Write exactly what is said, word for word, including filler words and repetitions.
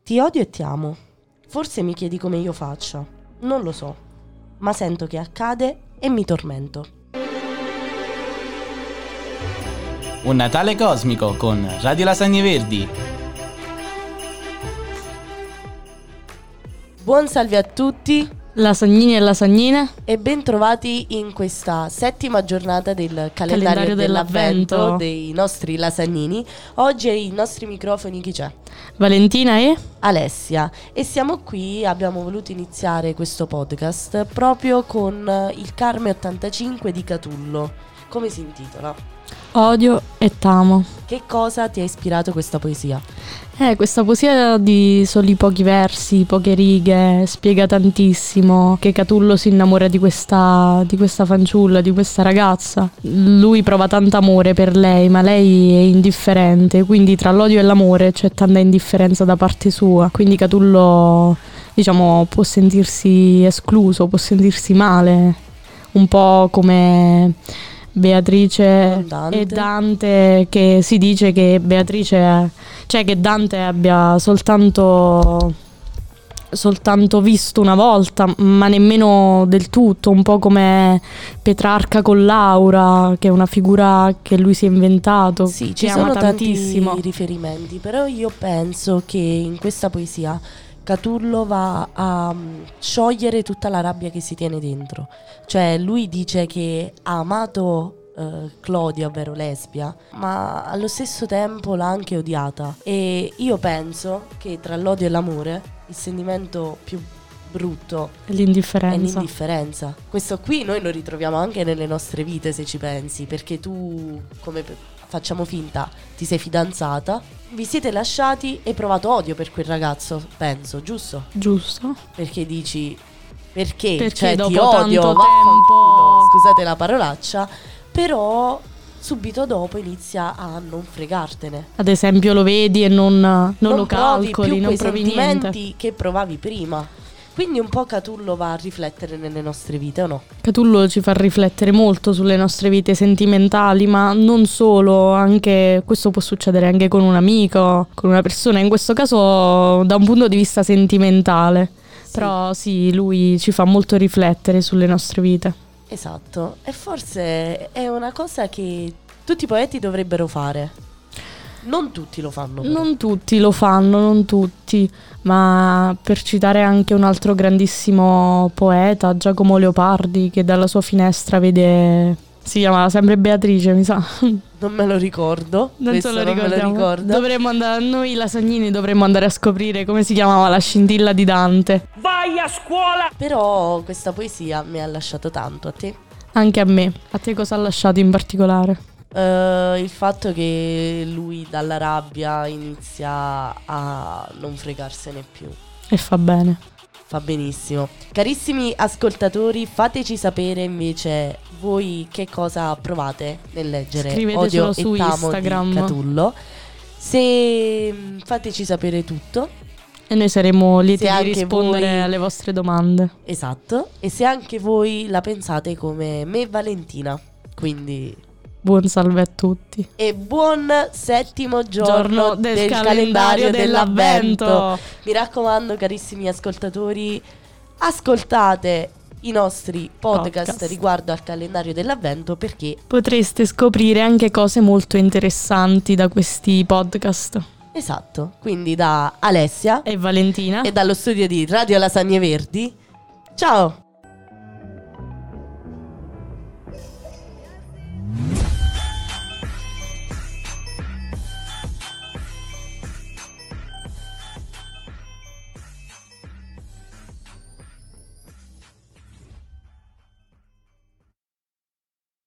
Ti odio e ti amo. Forse mi chiedi come io faccia. Non lo so, ma sento che accade e mi tormento. Un Natale cosmico con Radio Lasagne Verdi. Buon salve a tutti. Lasagnini e lasagnine E ben trovati in questa settima giornata del calendario, Calendario dell'avvento, dell'avvento. dei nostri lasagnini. Oggi ai nostri microfoni chi c'è? Valentina e Alessia. E siamo qui, abbiamo voluto iniziare questo podcast proprio con il Carme ottantacinque di Catullo. Come si intitola? Odio e t'amo. Che cosa ti ha ispirato questa poesia? Eh, questa poesia di soli pochi versi, poche righe, spiega tantissimo che Catullo si innamora di questa, di questa fanciulla, di questa ragazza. Lui prova tanto amore per lei, ma lei è indifferente, quindi tra l'odio e l'amore c'è tanta indifferenza da parte sua. Quindi Catullo, diciamo, può sentirsi escluso, può sentirsi male, un po' come Beatrice Dante. e Dante, che si dice che Beatrice, cioè che Dante abbia soltanto soltanto visto una volta, ma nemmeno del tutto, un po' come Petrarca con Laura, che è una figura che lui si è inventato, Sì, che ci ama sono tantissimo. tanti riferimenti, però io penso che in questa poesia Catullo va a mm, sciogliere tutta la rabbia che si tiene dentro. Cioè lui dice che ha amato eh, Clodia, ovvero Lesbia, ma allo stesso tempo l'ha anche odiata. E io penso che tra l'odio e l'amore il sentimento più brutto è L'indifferenza. l'indifferenza. Questo qui noi lo ritroviamo anche nelle nostre vite, se ci pensi, perché tu, come pe- facciamo finta, ti sei fidanzata, vi siete lasciati e hai provato odio per quel ragazzo, penso, giusto? Giusto? Perché dici perché, Perché cioè dopo ti odio, tanto vaffanculo, tempo- scusate la parolaccia, però subito dopo inizia a non fregartene. Ad esempio lo vedi e non, non, lo provi calcoli, più non quei provi sentimenti niente. che provavi prima. Quindi un po' Catullo va a riflettere nelle nostre vite, o no? Catullo ci fa riflettere molto sulle nostre vite sentimentali, ma non solo, anche questo può succedere anche con un amico, con una persona, in questo caso da un punto di vista sentimentale. Sì. Però sì, lui ci fa molto riflettere sulle nostre vite. Esatto, e forse è una cosa che tutti i poeti dovrebbero fare. Non tutti lo fanno. però. Non tutti lo fanno, non tutti, ma per citare anche un altro grandissimo poeta, Giacomo Leopardi, che dalla sua finestra vede... Si chiamava sempre Beatrice, mi sa. Non me lo ricordo. Non questo te lo non me lo ricordiamo. ricordo. Dovremmo andare, noi lasagnini dovremmo andare a scoprire come si chiamava la scintilla di Dante. Vai a scuola! Però questa poesia mi ha lasciato tanto. A te? Anche a me. A te cosa ha lasciato in particolare? Eh, il fatto che lui dalla rabbia inizia a non fregarsene più. E fa bene. Fa benissimo. Carissimi ascoltatori, fateci sapere invece voi che cosa provate nel leggere Scrivetecelo Odio su e t'amo Instagram. di Catullo. Se mm, fateci sapere tutto. E noi saremo lieti Se di anche rispondere voi- alle vostre domande. Esatto. E se anche voi la pensate come me e Valentina. Quindi Buon salve a tutti. e buon settimo giorno, Giorno del calendario dell'avvento. Mi raccomando, carissimi ascoltatori, ascoltate i nostri podcast, Podcast. riguardo al calendario dell'avvento, perché Potreste scoprire anche cose molto interessanti da questi podcast. esatto. Quindi da Alessia E Valentina. e dallo studio di Radio Lasagne Verdi. Ciao!